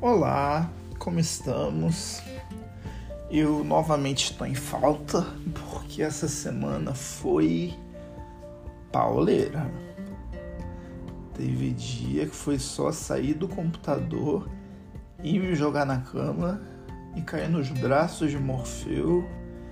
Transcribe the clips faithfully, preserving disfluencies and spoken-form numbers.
Olá, como estamos? Eu novamente estou em falta porque essa semana foi pauleira. Teve dia que foi só sair do computador e me jogar na cama e cair nos braços de Morfeu,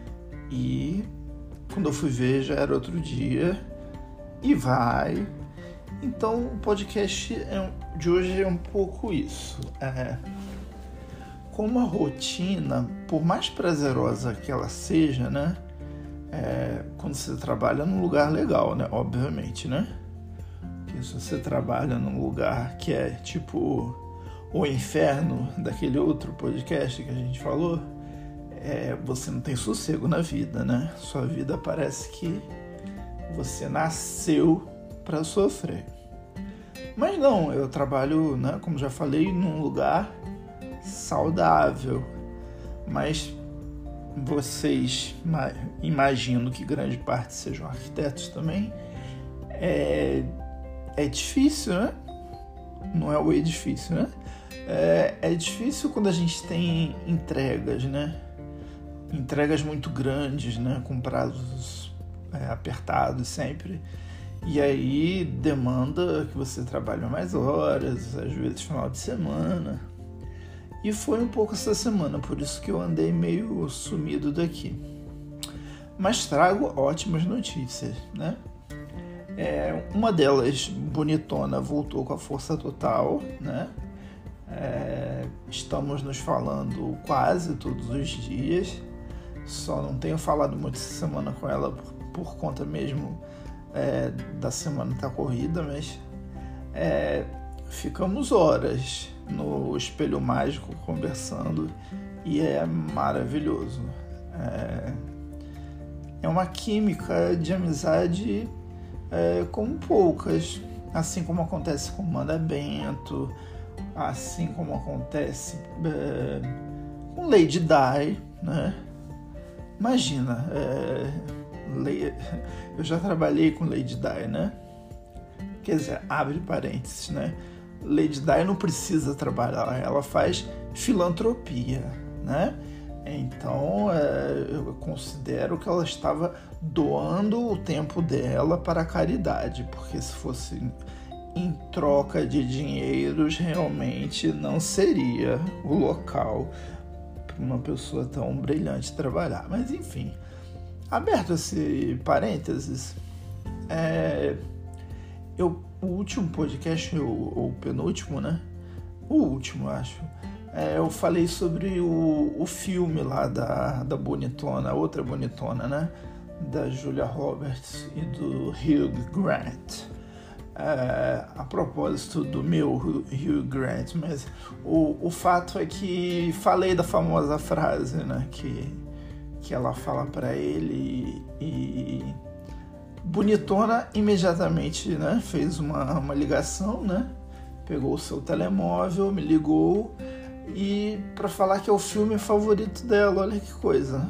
e quando eu fui ver já era outro dia e vai. Então o podcast de hoje é um pouco isso. É, como a rotina, por mais prazerosa que ela seja, né? É, quando você trabalha num lugar legal, né? Obviamente, né? Porque se você trabalha num lugar que é tipo o inferno daquele outro podcast que a gente falou, é, você não tem sossego na vida, né? Sua vida parece que você nasceu para sofrer. Mas não, eu trabalho, né, como já falei, num lugar saudável. Mas vocês, imagino que grande parte sejam arquitetos também, é, é difícil, né? Não é o edifício, né? É, é difícil quando a gente tem entregas, né? Entregas muito grandes, né? Com prazos é, apertados sempre. E aí demanda que você trabalhe mais horas, às vezes final de semana. E foi um pouco essa semana, por isso que eu andei meio sumido daqui. Mas trago ótimas notícias, né? É, uma delas, bonitona, voltou com a força total, né? É, estamos nos falando quase todos os dias. Só não tenho falado muito essa semana com ela por, por conta mesmo É, da semana tá corrida, mas é, ficamos horas no espelho mágico conversando e é maravilhoso. É, é uma química de amizade é, como poucas, assim como acontece com Manda Bento, assim como acontece é, com Lady Di, né? Imagina, é, eu já trabalhei com Lady Di, né? Quer dizer, abre parênteses, né? Lady Di não precisa trabalhar, ela faz filantropia, né? Então, é, eu considero que ela estava doando o tempo dela para a caridade, porque se fosse em troca de dinheiros, realmente não seria o local para uma pessoa tão brilhante trabalhar. Mas, enfim... Aberto esse parênteses, é, eu, o último podcast, ou o penúltimo, né? O último, acho. É, eu falei sobre o, o filme lá da, da bonitona, outra bonitona, né? Da Julia Roberts e do Hugh Grant. É, a propósito do meu Hugh Grant, mas o, o fato é que falei da famosa frase, né? Que... que ela fala para ele e, e bonitona imediatamente, né, fez uma, uma ligação, né, pegou o seu telemóvel, me ligou e para falar que é o filme favorito dela, olha que coisa,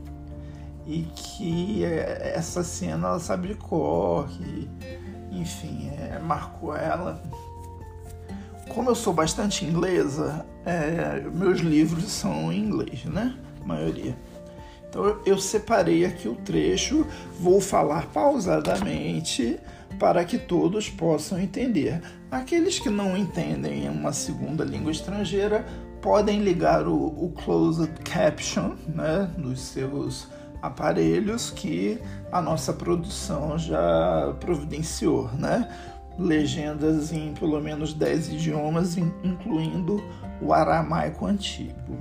e que é, essa cena ela sabe de cor, que, enfim, é, marcou ela. Como eu sou bastante inglesa, é, meus livros são em inglês, né, a maioria. Então eu separei aqui o trecho, vou falar pausadamente para que todos possam entender. Aqueles que não entendem uma segunda língua estrangeira podem ligar o, o closed caption, né, nos seus aparelhos que a nossa produção já providenciou, né? Legendas em pelo menos dez idiomas, incluindo o aramaico antigo.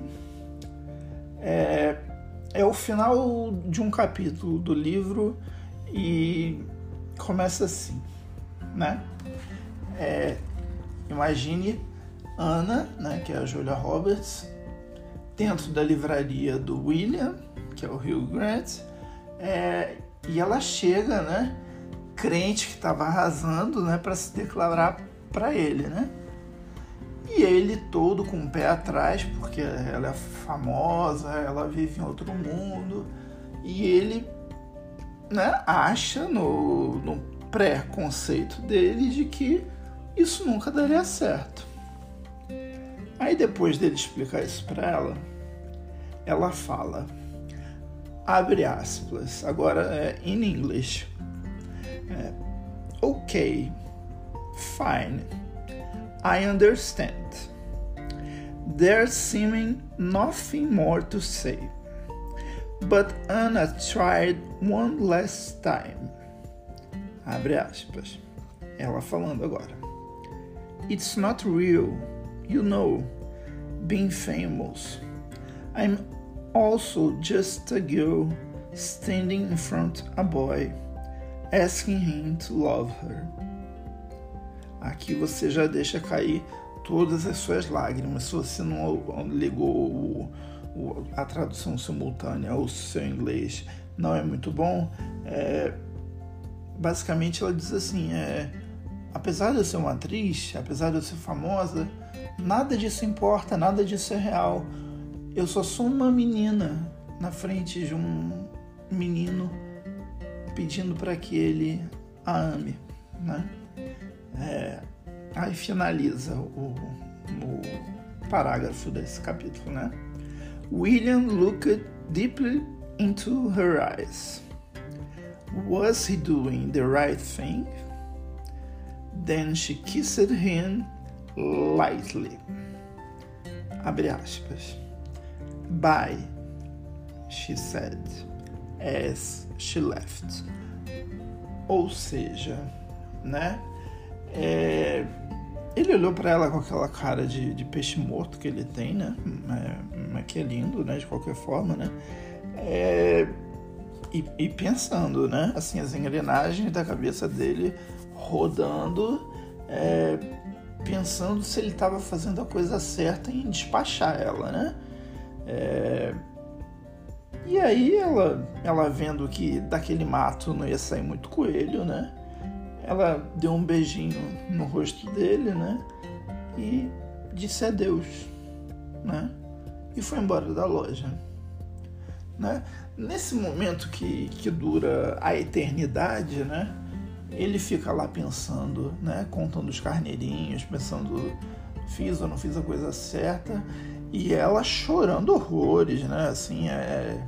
É... É o final de um capítulo do livro e começa assim, né? É, imagine Ana, né, que é a Julia Roberts, dentro da livraria do William, que é o Hugh Grant, é, e ela chega, né, crente que estava arrasando, né, para se declarar para ele, né? E ele todo com o pé atrás, porque ela é famosa, ela vive em outro mundo. E ele, né, acha no, no pré-conceito dele de que isso nunca daria certo. Aí depois dele explicar isso para ela, ela fala, abre aspas, agora é in English, é, ok, fine, I understand. There's seeming nothing more to say, but Anna tried one last time. Abre aspas. Ela falando agora. It's not real, you know, being famous. I'm also just a girl standing in front of a boy, asking him to love her. Aqui você já deixa cair todas as suas lágrimas. Se você não ligou o, o, a tradução simultânea ou seu inglês não é muito bom, é, basicamente ela diz assim, é, apesar de eu ser uma atriz, apesar de eu ser famosa, nada disso importa, nada disso é real. Eu só sou uma menina na frente de um menino pedindo para que ele a ame, né? É, aí finaliza o, o parágrafo desse capítulo, né? William looked deeply into her eyes. Was he doing the right thing? Then she kissed him lightly. Abre aspas. Bye, she said, as she left. Ou seja, né? É, ele olhou para ela com aquela cara de, de peixe morto que ele tem, né? Mas que é lindo, né? De qualquer forma, né? É, e, e pensando, né? Assim, as engrenagens da cabeça dele rodando, é, pensando se ele estava fazendo a coisa certa em despachar ela, né? É, e aí ela, ela vendo que daquele mato não ia sair muito coelho, né? Ela deu um beijinho no rosto dele, né? E disse adeus, né? E foi embora da loja, né? Nesse momento que, que dura a eternidade, né? Ele fica lá pensando, né? Contando os carneirinhos, pensando, fiz ou não fiz a coisa certa. E ela chorando horrores, né? Assim, é...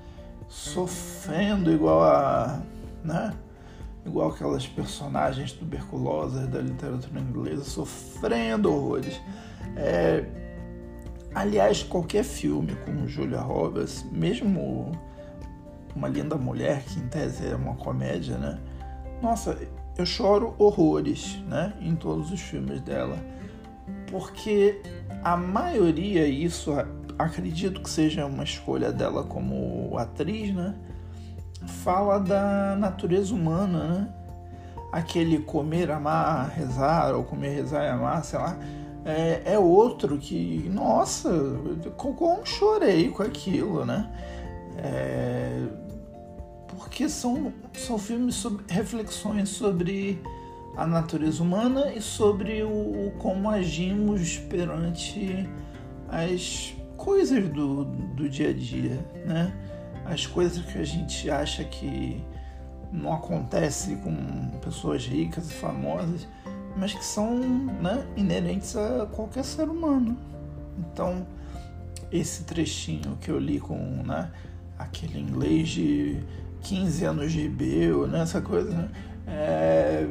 sofrendo igual a... né? Igual aquelas personagens tuberculosas da literatura inglesa, sofrendo horrores. É... Aliás, qualquer filme com Julia Roberts, mesmo Uma Linda Mulher, que em tese é uma comédia, né? Nossa, eu choro horrores, né? Em todos os filmes dela. Porque a maioria, isso acredito que seja uma escolha dela como atriz, né? Fala da natureza humana, né? Aquele comer, amar, rezar, ou comer, rezar e amar, sei lá, é, é outro que, nossa, como chorei com aquilo, né? É, porque são, são filmes sobre reflexões sobre a natureza humana e sobre o, como agimos perante as coisas do, do dia a dia, né? As coisas que a gente acha que não acontece com pessoas ricas e famosas, mas que são, né, inerentes a qualquer ser humano. Então, esse trechinho que eu li com, né, aquele inglês de quinze anos de Beu, né, essa coisa, né, é,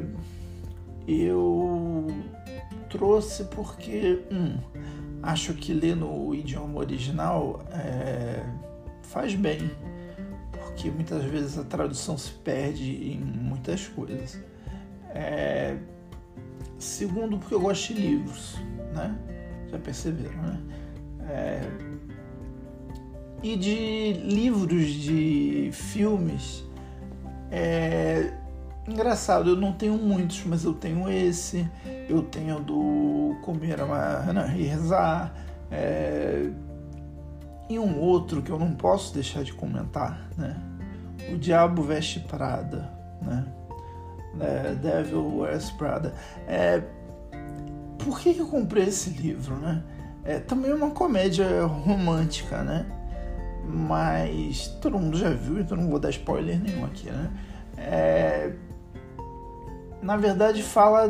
eu trouxe porque, um, acho que ler no idioma original é, faz bem, porque muitas vezes a tradução se perde em muitas coisas. É, segundo, porque eu gosto de livros, né? Já perceberam, né? É, e de livros de filmes. É, engraçado, eu não tenho muitos, mas eu tenho esse, eu tenho do Comer, Amar e Rezar, é, e um outro que eu não posso deixar de comentar, né? O Diabo Veste Prada, né? É, Devil Wears Prada. É, por que, que eu comprei esse livro, né? É também uma comédia romântica, né? Mas todo mundo já viu, então não vou dar spoiler nenhum aqui, né? É, na verdade fala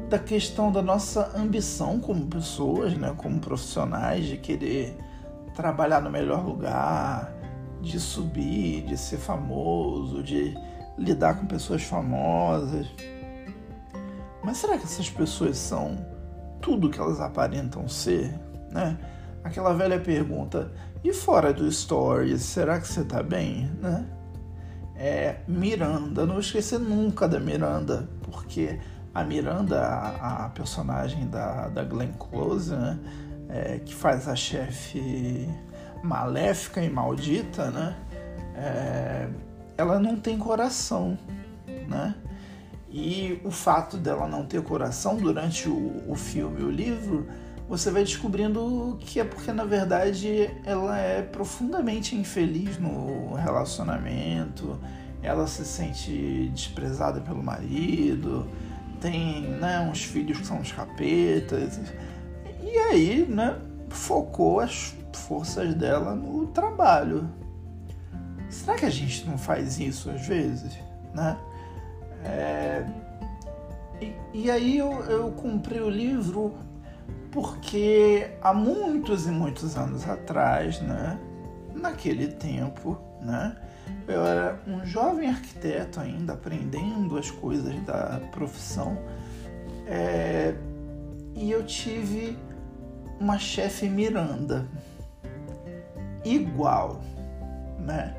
da questão da nossa ambição como pessoas, né, como profissionais, de querer trabalhar no melhor lugar, de subir, de ser famoso, de lidar com pessoas famosas. Mas será que essas pessoas são tudo que elas aparentam ser, né? Aquela velha pergunta, e fora do Stories, será que você tá bem, né? É, Miranda, não vou esquecer nunca da Miranda, porque a Miranda, a, a personagem da, da Glenn Close, né, é, que faz a chefe maléfica e maldita, né, é, ela não tem coração, né? E o fato dela não ter coração durante o, o filme e o livro, você vai descobrindo que é porque, na verdade, ela é profundamente infeliz no relacionamento, ela se sente desprezada pelo marido, tem, né, uns filhos que são uns capetas, e aí, né, focou as forças dela no trabalho. Será que a gente não faz isso às vezes, né? É... E, e aí eu, eu comprei o livro porque há muitos e muitos anos atrás, né, naquele tempo, né, eu era um jovem arquiteto ainda, aprendendo as coisas da profissão, é, e eu tive uma chefe Miranda, igual, né,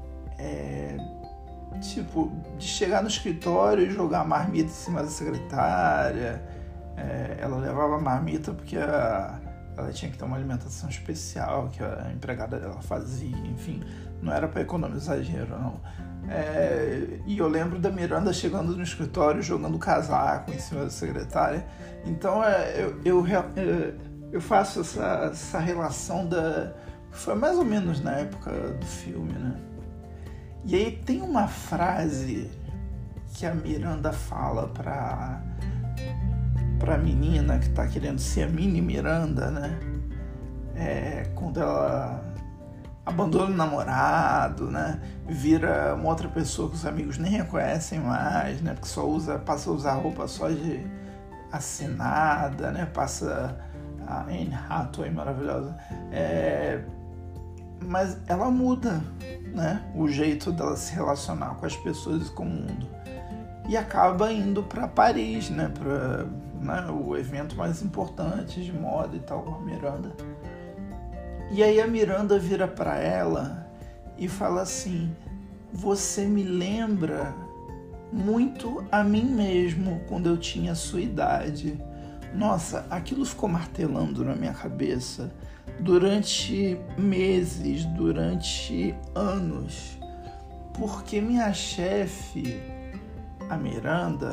é, tipo, de chegar no escritório e jogar a marmita em cima da secretária. É, ela levava a marmita porque a, ela tinha que ter uma alimentação especial que a empregada dela fazia, enfim, não era para economizar dinheiro, não. É, e eu lembro da Miranda chegando no escritório jogando casaco em cima da secretária. Então é, eu, eu, eu, eu faço essa, essa relação da... Foi mais ou menos na época do filme, né? E aí tem uma frase que a Miranda fala para para a menina que tá querendo ser a mini Miranda, né? É, quando ela abandona o namorado, né? Vira uma outra pessoa que os amigos nem reconhecem mais, né? Porque só usa, passa a usar roupa só de assinada, né? Passa a Anne Hathaway maravilhosa. É, mas ela muda, né, o jeito dela se relacionar com as pessoas e com o mundo. E acaba indo para Paris, né, para, né, o evento mais importante de moda e tal, com a Miranda. E aí a Miranda vira para ela e fala assim: você me lembra muito a mim mesmo quando eu tinha a sua idade. Nossa, aquilo ficou martelando na minha cabeça durante meses, durante anos, porque minha chefe, a Miranda,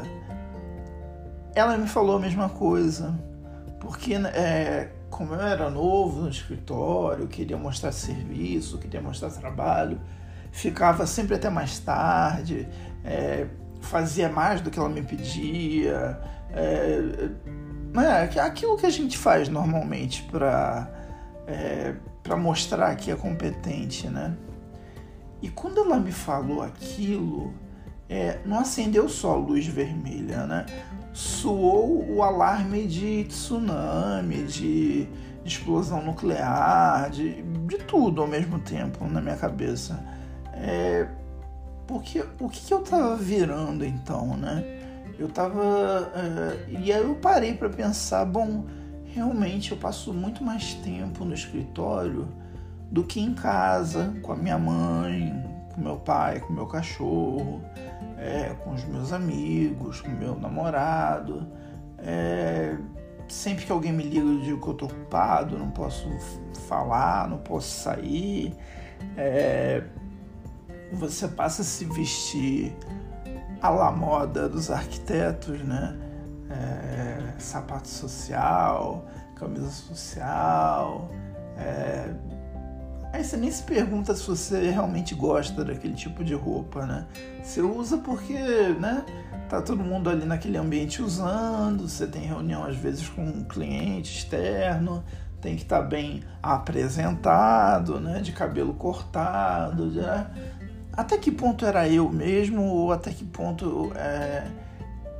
ela me falou a mesma coisa, porque é, como eu era novo no escritório, queria mostrar serviço, queria mostrar trabalho, ficava sempre até mais tarde, é, fazia mais do que ela me pedia, é, é, aquilo que a gente faz normalmente para é, para mostrar que é competente, né? E quando ela me falou aquilo, é, não acendeu só a luz vermelha, né? Soou o alarme de tsunami, de, de explosão nuclear, de, de tudo ao mesmo tempo na minha cabeça. É, porque o que, que eu tava virando então, né? Eu tava... É, e aí eu parei para pensar, bom, realmente eu passo muito mais tempo no escritório do que em casa, com a minha mãe, com meu pai, com meu cachorro, é, com os meus amigos, com meu namorado. É, sempre que alguém me liga, eu digo que eu tô ocupado, não posso falar, não posso sair. É, você passa a se vestir à la moda dos arquitetos, né? É, sapato social, camisa social. É, aí você nem se pergunta se você realmente gosta daquele tipo de roupa, né? Você usa porque, né, tá todo mundo ali naquele ambiente usando, você tem reunião às vezes com um cliente externo, tem que estar tá bem apresentado, né, de cabelo cortado, né? Até que ponto era eu mesmo, ou até que ponto é,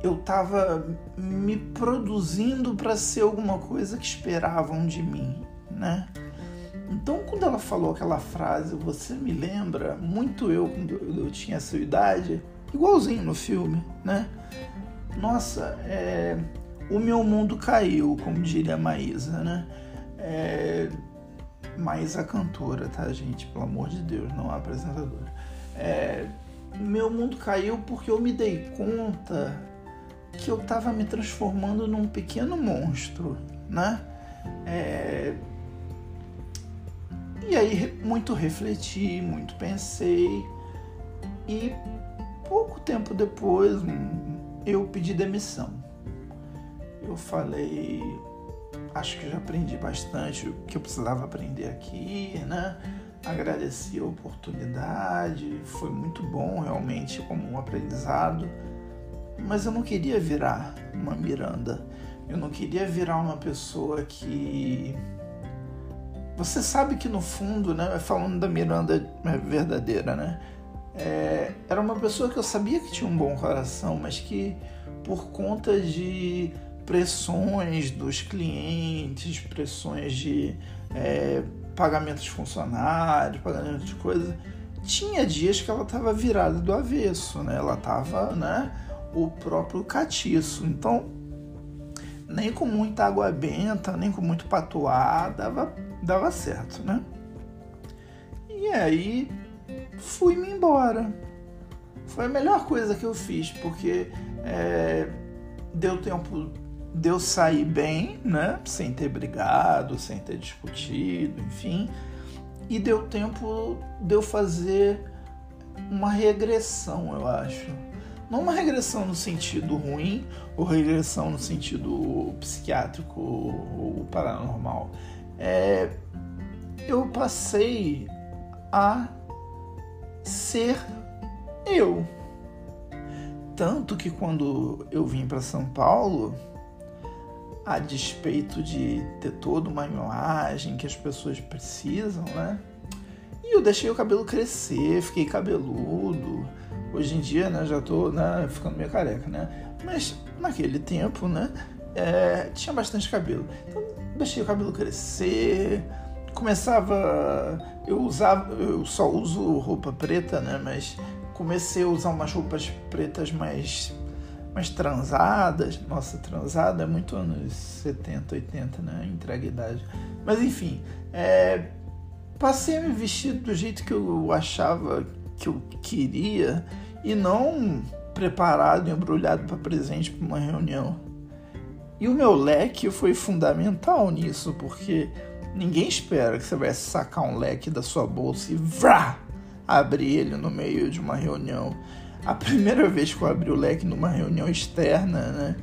eu estava me produzindo para ser alguma coisa que esperavam de mim, né? Então, quando ela falou aquela frase, você me lembra muito eu, quando eu tinha a sua idade, igualzinho no filme, né? Nossa, é... o meu mundo caiu, como diria a Maísa, né? É... Maísa cantora, tá, gente? Pelo amor de Deus, não a apresentadora. É... Meu mundo caiu porque eu me dei conta que eu estava me transformando num pequeno monstro, né? É... E aí muito refleti, muito pensei e pouco tempo depois eu pedi demissão. Eu falei, acho que já aprendi bastante o que eu precisava aprender aqui, né? Agradeci a oportunidade, foi muito bom realmente como um aprendizado, mas eu não queria virar uma Miranda, eu não queria virar uma pessoa que... Você sabe que no fundo, né, falando da Miranda verdadeira, né, é, era uma pessoa que eu sabia que tinha um bom coração, mas que por conta de pressões dos clientes, pressões de é, pagamento de funcionários, pagamento de coisas, tinha dias que ela estava virada do avesso, né, ela estava, né, o próprio catiço. Então, nem com muita água benta, nem com muito patuá, dava, dava certo, né? E aí, fui-me embora. Foi a melhor coisa que eu fiz, porque é, deu tempo de eu sair bem, né? Sem ter brigado, sem ter discutido, enfim. E deu tempo de eu fazer uma regressão, eu acho. Não uma regressão no sentido ruim, ou regressão no sentido psiquiátrico ou paranormal. É, eu passei a ser eu. Tanto que quando eu vim para São Paulo, a despeito de ter toda uma imagem que as pessoas precisam, né? E eu deixei o cabelo crescer, fiquei cabeludo. Hoje em dia, né, já tô, né, ficando meio careca, né? Mas naquele tempo, né, é, tinha bastante cabelo. Então, deixei o cabelo crescer, começava... Eu usava... Eu só uso roupa preta, né? Mas comecei a usar umas roupas pretas mais, mais transadas. Nossa, transada é muito anos setenta, oitenta, né? Entrega a idade. Mas, enfim, é, passei a me vestir do jeito que eu achava que eu queria e não preparado, embrulhado para presente para uma reunião. E o meu leque foi fundamental nisso, porque ninguém espera que você vai sacar um leque da sua bolsa e vrá, abrir ele no meio de uma reunião. A primeira vez que eu abri o leque numa reunião externa, né,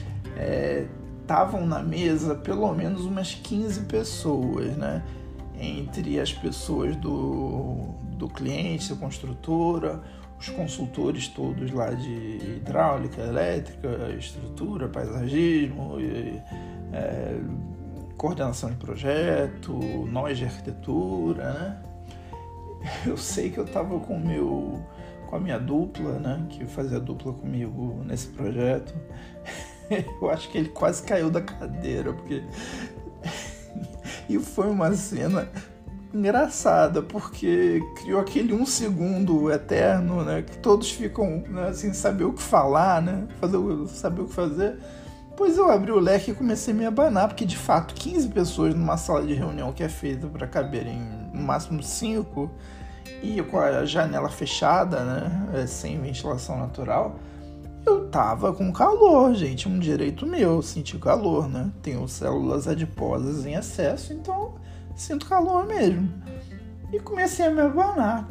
estavam é, na mesa pelo menos umas quinze pessoas, né, entre as pessoas do, do cliente, da construtora, os consultores todos lá de hidráulica, elétrica, estrutura, paisagismo, e, é, coordenação de projeto, nós de arquitetura, né? Eu sei que eu estava com, meu, com a minha dupla, né? Que fazia dupla comigo nesse projeto. Eu acho que ele quase caiu da cadeira, porque... E foi uma cena engraçada, porque criou aquele um segundo eterno, né, que todos ficam, né, sem saber o que falar, né, fazer, saber o que fazer. Pois eu abri o leque e comecei a me abanar, porque de fato quinze pessoas numa sala de reunião que é feita para caberem no máximo cinco, e com a janela fechada, né, sem ventilação natural, eu tava com calor, gente, um direito meu, sentir calor, né, tenho células adiposas em excesso, então sinto calor mesmo. E comecei a me abanar.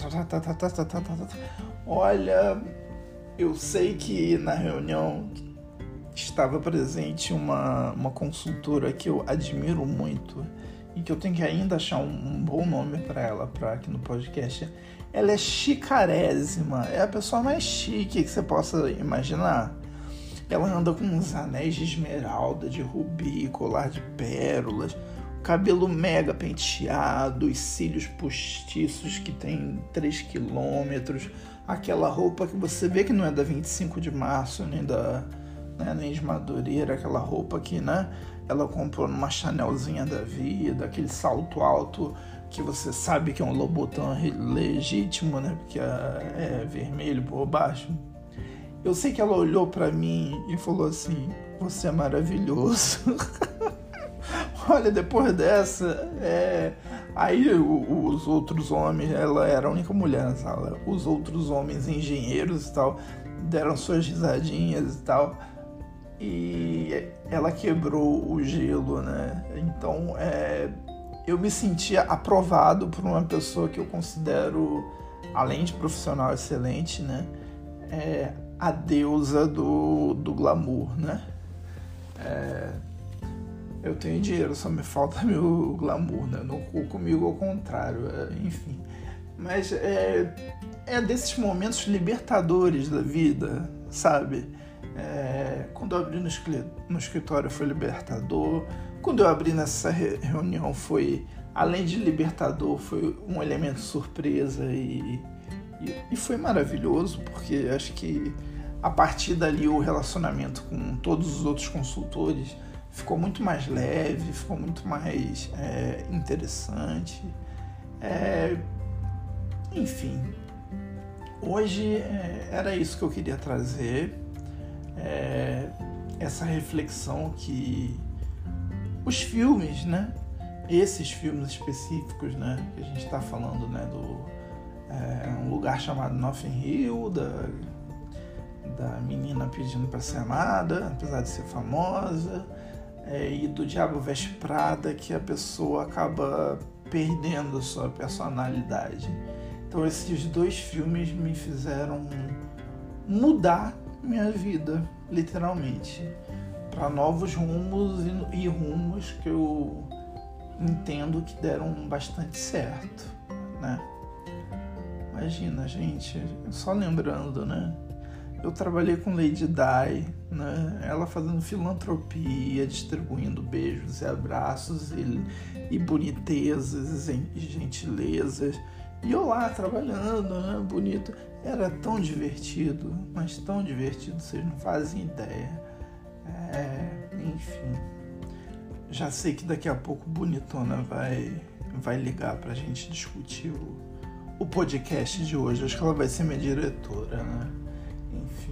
Olha, eu sei que na reunião estava presente uma, uma consultora que eu admiro muito e que eu tenho que ainda achar um, um bom nome para ela, para aqui no podcast. Ela é chicarésima, é a pessoa mais chique que você possa imaginar. Ela anda com uns anéis de esmeralda, de rubi, colar de pérolas, cabelo mega penteado, os cílios postiços que tem três quilômetros, aquela roupa que você vê que não é da vinte e cinco de março, nem da, né, nem de Madureira, aquela roupa que, né, ela comprou numa Chanelzinha da vida, aquele salto alto que você sabe que é um Louboutin legítimo, né, porque é, é vermelho por baixo. Eu sei que ela olhou pra mim e falou assim: você é maravilhoso. Olha, depois dessa, é... aí o, os outros homens, ela era a única mulher na sala, os outros homens engenheiros e tal, deram suas risadinhas e tal, e ela quebrou o gelo, né? Então, é... eu me sentia aprovado por uma pessoa que eu considero, além de profissional excelente, né? É... a deusa do, do glamour, né? É... eu tenho dinheiro, só me falta meu glamour, né? No, comigo ao contrário, é, enfim. Mas é, é desses momentos libertadores da vida, sabe? É, quando eu abri no, no escritório foi libertador. Quando eu abri nessa re, reunião foi, além de libertador, foi um elemento surpresa e, e, e foi maravilhoso, porque acho que a partir dali o relacionamento com todos os outros consultores ficou muito mais leve, ficou muito mais é, interessante. É, enfim, hoje é, era isso que eu queria trazer, é, essa reflexão que os filmes, né, esses filmes específicos, né, que a gente está falando, né, do é, um lugar chamado Notting Hill, da, da menina pedindo para ser amada, apesar de ser famosa, É, e do Diabo Veste Prada, que a pessoa acaba perdendo a sua personalidade. Então esses dois filmes me fizeram mudar minha vida, literalmente, para novos rumos e, e rumos que eu entendo que deram bastante certo, né? Imagina, gente, só lembrando, né? Eu trabalhei com Lady Di, né? Ela fazendo filantropia, distribuindo beijos e abraços e, e bonitezas e gentilezas. E eu lá trabalhando, né? Bonito. Era tão divertido, mas tão divertido, vocês não fazem ideia. É, enfim. Já sei que daqui a pouco Bonitona vai, vai ligar pra gente discutir o, o podcast de hoje. Acho que ela vai ser minha diretora, né? Enfim.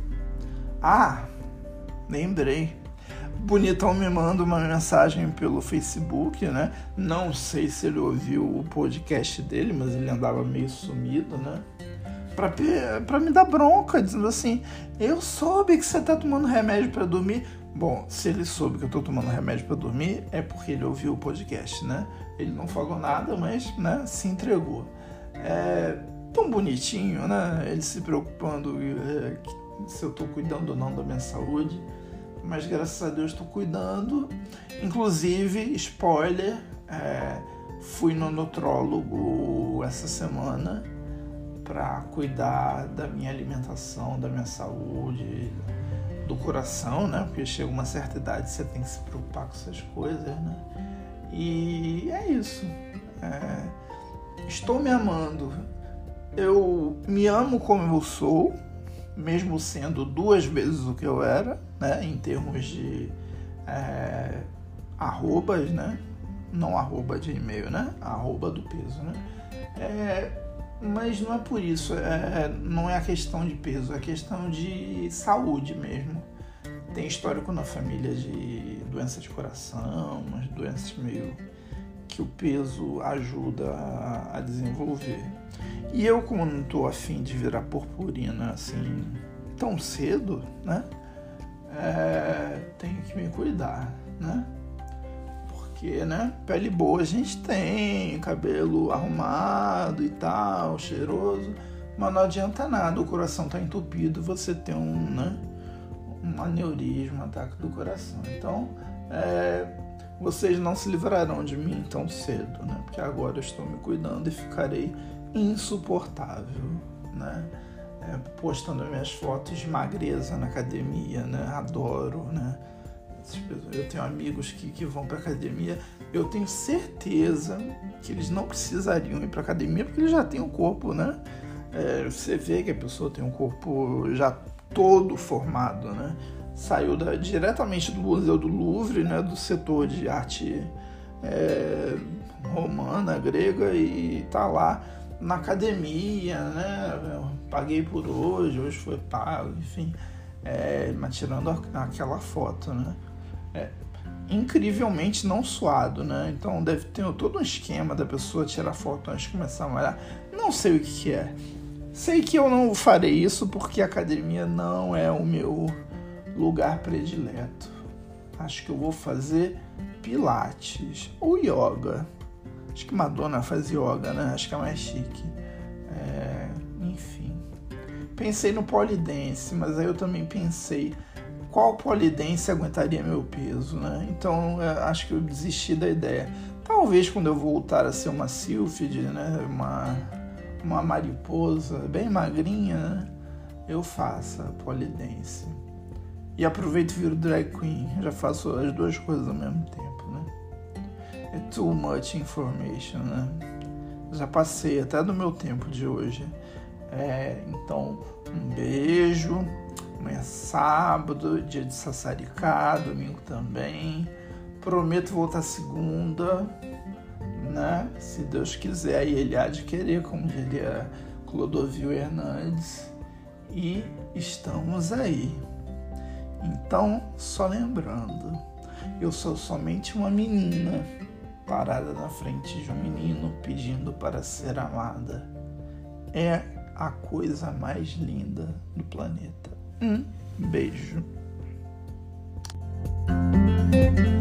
Ah, lembrei. Bonitão me manda uma mensagem pelo Facebook, né? Não sei se ele ouviu o podcast dele, mas ele andava meio sumido, né? Pra, pra me dar bronca, dizendo assim: eu soube que você tá tomando remédio pra dormir. Bom, se ele soube que eu tô tomando remédio pra dormir, é porque ele ouviu o podcast, né? Ele não falou nada, mas, né, se entregou. É... tão bonitinho, né? Ele se preocupando é, se eu tô cuidando ou não da minha saúde. Mas graças a Deus estou cuidando. Inclusive, spoiler, é, fui no nutrólogo essa semana para cuidar da minha alimentação, da minha saúde, do coração, né? Porque chega uma certa idade, você tem que se preocupar com essas coisas, né? E é isso. É, estou me amando. Eu me amo como eu sou, mesmo sendo duas vezes o que eu era, né, em termos de é, arrobas, né, não arroba de e-mail, né, arroba do peso, né, é, mas não é por isso, é, não é a questão de peso, é a questão de saúde mesmo. Tem histórico na família de doença de coração, umas doenças meio que o peso ajuda a, a desenvolver. E eu, como não estou afim de virar purpurina assim tão cedo, né? É, tenho que me cuidar, né? Porque, né? Pele boa a gente tem, cabelo arrumado e tal, cheiroso, mas não adianta nada, o coração tá entupido, você tem um, né? Um aneurisma, um ataque do coração. Então, é, vocês não se livrarão de mim tão cedo, né? Porque agora eu estou me cuidando e ficarei insuportável, né? É, postando minhas fotos de magreza na academia, né? Adoro, né? Eu tenho amigos que, que vão para academia, eu tenho certeza que eles não precisariam ir para academia porque eles já têm um corpo, né? É, você vê que a pessoa tem um corpo já todo formado, né? Saiu da, diretamente do Museu do Louvre, né? Do setor de arte é, romana, grega, e tá lá na academia, né? Eu paguei por hoje, hoje foi pago, enfim, é, mas tirando aquela foto, né? É, incrivelmente não suado, né? Então deve ter todo um esquema da pessoa tirar foto antes de começar a malhar. Não sei o que, que é. Sei que eu não farei isso porque a academia não é o meu lugar predileto. Acho que eu vou fazer pilates ou yoga. Acho que Madonna faz yoga, né? Acho que é mais chique. É, enfim. Pensei no pole dance, mas aí eu também pensei qual pole dance aguentaria meu peso, né? Então acho que eu desisti da ideia. Talvez quando eu voltar a ser uma sylphide, né? Uma, uma mariposa bem magrinha, né? Eu faça pole dance. E aproveito e viro drag queen. Já faço as duas coisas ao mesmo tempo, né? É too much information, né? Já passei até do meu tempo de hoje. É, então, um beijo. Amanhã é sábado, dia de sassaricá, domingo também. Prometo voltar segunda, né? Se Deus quiser, e Ele há de querer, como diria Clodovil Hernandes. E estamos aí. Então, só lembrando, eu sou somente uma menina parada na frente de um menino pedindo para ser amada. É a coisa mais linda do planeta. Um beijo.